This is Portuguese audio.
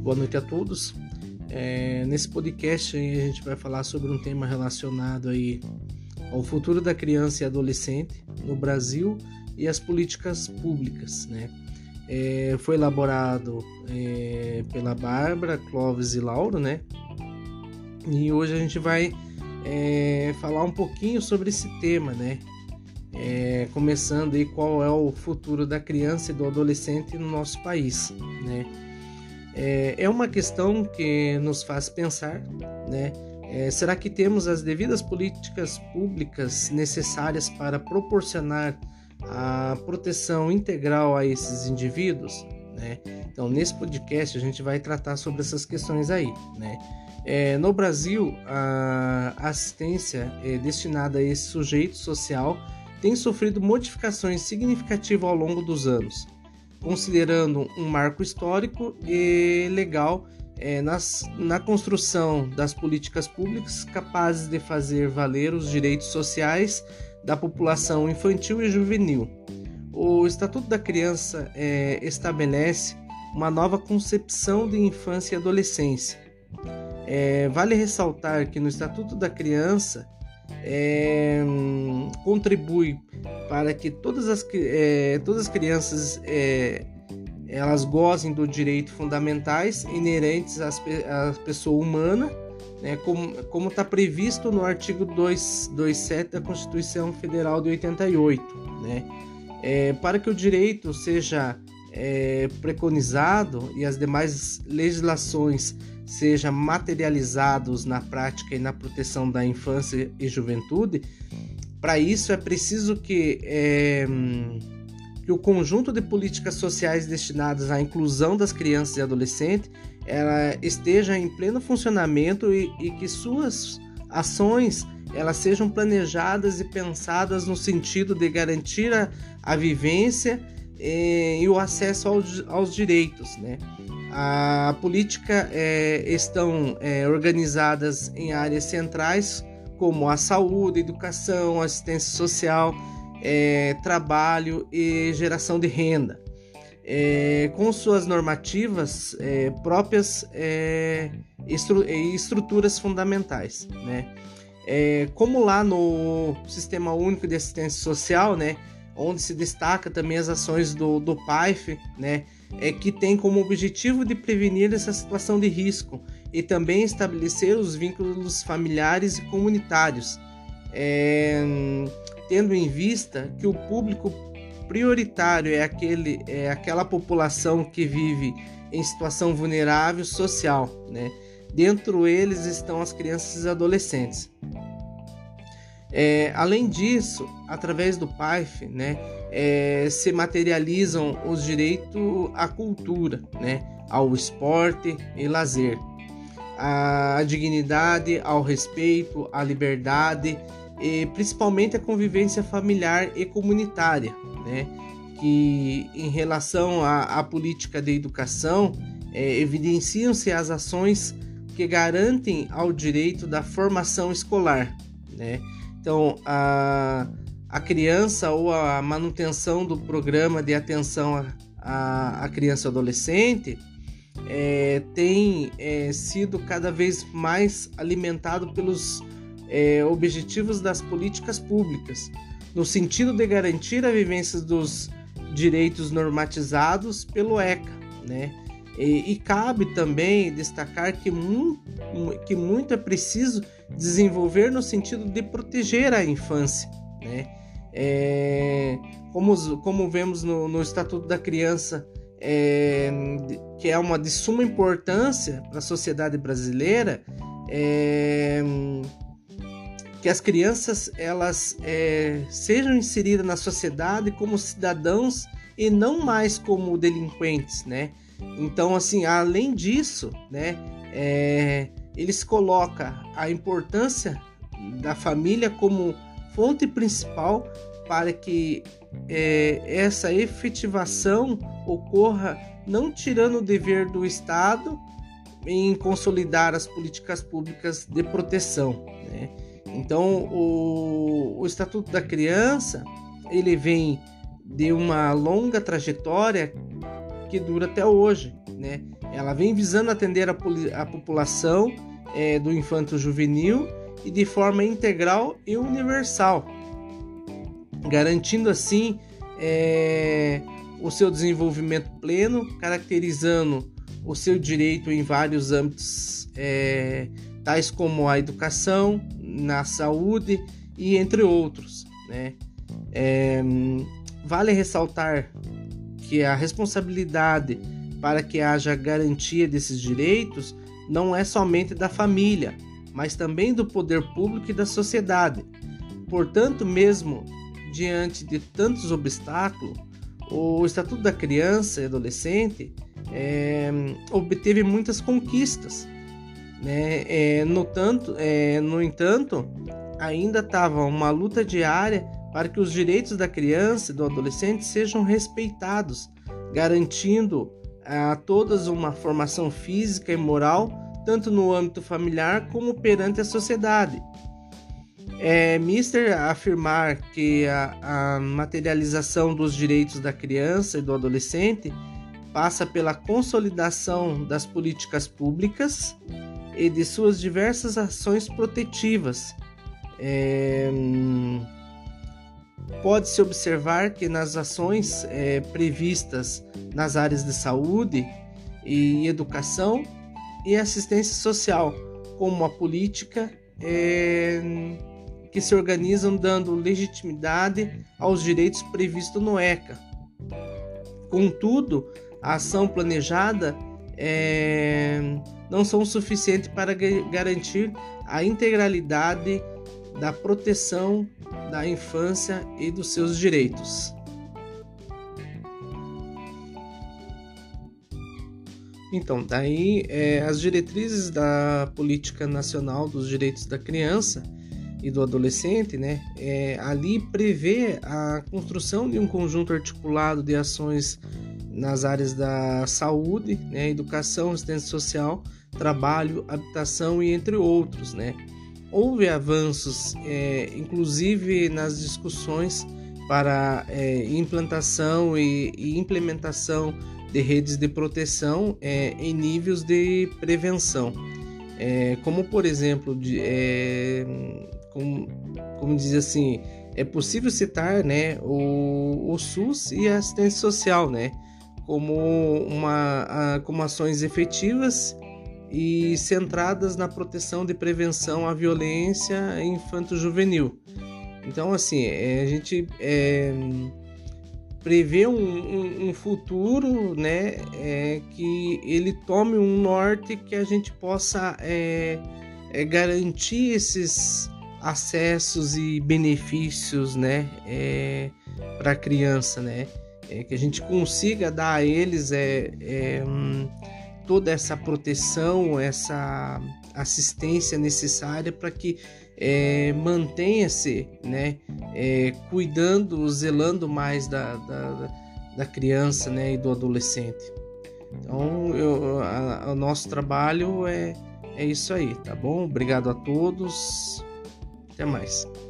Boa noite a todos. Nesse podcast a gente vai falar sobre um tema relacionado aí ao futuro da criança e adolescente no Brasil e as políticas públicas, né? Foi elaborado pela Bárbara, Clóvis e Lauro, né? E hoje a gente vai falar um pouquinho sobre esse tema, né? Começando aí qual é o futuro da criança e do adolescente no nosso país, né? É uma questão que nos faz pensar, né? Será que temos as devidas políticas públicas necessárias para proporcionar a proteção integral a esses indivíduos, né? Então, nesse podcast a gente vai tratar sobre essas questões aí, né? No Brasil, a assistência destinada a esse sujeito social tem sofrido modificações significativas ao longo dos anos, considerando um marco histórico e legal na construção das políticas públicas capazes de fazer valer os direitos sociais da população infantil e juvenil. O Estatuto da Criança estabelece uma nova concepção de infância e adolescência. Vale ressaltar que no Estatuto da Criança contribui para que todas as crianças elas gozem dos direitos fundamentais inerentes à pessoa humana, né, como está previsto no artigo 227 da Constituição Federal de 88, né? Para que o direito seja preconizado e as demais legislações sejam materializados na prática e na proteção da infância e juventude, para isso é preciso que o conjunto de políticas sociais destinadas à inclusão das crianças e adolescentes ela esteja em pleno funcionamento e que suas ações elas sejam planejadas e pensadas no sentido de garantir a vivência e o acesso aos direitos, né? A política estão organizadas em áreas centrais como a saúde, educação, assistência social, trabalho e geração de renda, com suas normativas próprias e estruturas fundamentais, né? Como lá no Sistema Único de Assistência Social, né, onde se destaca também as ações do PAIF, né, que tem como objetivo de prevenir essa situação de risco e também estabelecer os vínculos familiares e comunitários, tendo em vista que o público prioritário é aquela população que vive em situação vulnerável social, né? Dentro eles estão as crianças e adolescentes. Além disso, através do PAIF, né, se materializam os direitos à cultura, né, ao esporte e lazer, à dignidade, ao respeito, à liberdade e principalmente a convivência familiar e comunitária, né, que em relação à política de educação evidenciam-se as ações que garantem ao direito da formação escolar, né? Então, a criança ou a manutenção do programa de atenção à criança e adolescente tem sido cada vez mais alimentado pelos objetivos das políticas públicas, no sentido de garantir a vivência dos direitos normatizados pelo ECA, né? E cabe também destacar que muito é preciso desenvolver no sentido de proteger a infância, né? Como vemos no Estatuto da Criança, que é uma de suma importância para a sociedade brasileira, que as crianças elas sejam inseridas na sociedade como cidadãos e não mais como delinquentes, né? Então, assim, além disso, né, eles colocam a importância da família como fonte principal para que essa efetivação ocorra, não tirando o dever do Estado em consolidar as políticas públicas de proteção, né? Então, o Estatuto da Criança ele vem de uma longa trajetória que dura até hoje, né? ela vem visando atender a população do infanto-juvenil e de forma integral e universal, garantindo assim o seu desenvolvimento pleno, caracterizando o seu direito em vários âmbitos, tais como a educação, na saúde e entre outros, né? Vale ressaltar que a responsabilidade para que haja garantia desses direitos não é somente da família, mas também do poder público e da sociedade. Portanto, mesmo diante de tantos obstáculos, o Estatuto da Criança e Adolescente obteve muitas conquistas, né? No entanto, ainda estava uma luta diária para que os direitos da criança e do adolescente sejam respeitados, garantindo a todas uma formação física e moral, tanto no âmbito familiar como perante a sociedade. Mister afirmar que a materialização dos direitos da criança e do adolescente passa pela consolidação das políticas públicas e de suas diversas ações protetivas. Pode-se observar que nas ações previstas nas áreas de saúde e educação e assistência social, como a política que se organizam dando legitimidade aos direitos previstos no ECA. Contudo, a ação planejada não são suficientes para garantir a integralidade da proteção da infância e dos seus direitos. Então, daí as diretrizes da Política Nacional dos Direitos da Criança e do Adolescente, né, ali prevê a construção de um conjunto articulado de ações nas áreas da saúde, né, educação, assistência social, trabalho, habitação e entre outros, né. Houve avanços, inclusive nas discussões para implantação e implementação de redes de proteção em níveis de prevenção, como por exemplo, como diz assim, é possível citar, né, o SUS e a assistência social, né, como ações efetivas e centradas na proteção de prevenção à violência infanto-juvenil. Então, assim, a gente prevê um futuro, né, que ele tome um norte que a gente possa garantir esses acessos e benefícios, né, para a criança, né, que a gente consiga dar a eles toda essa proteção, essa assistência necessária para que mantenha-se, né, cuidando, zelando mais da criança, né, e do adolescente. Então, o nosso trabalho é isso aí, tá bom? Obrigado a todos, até mais.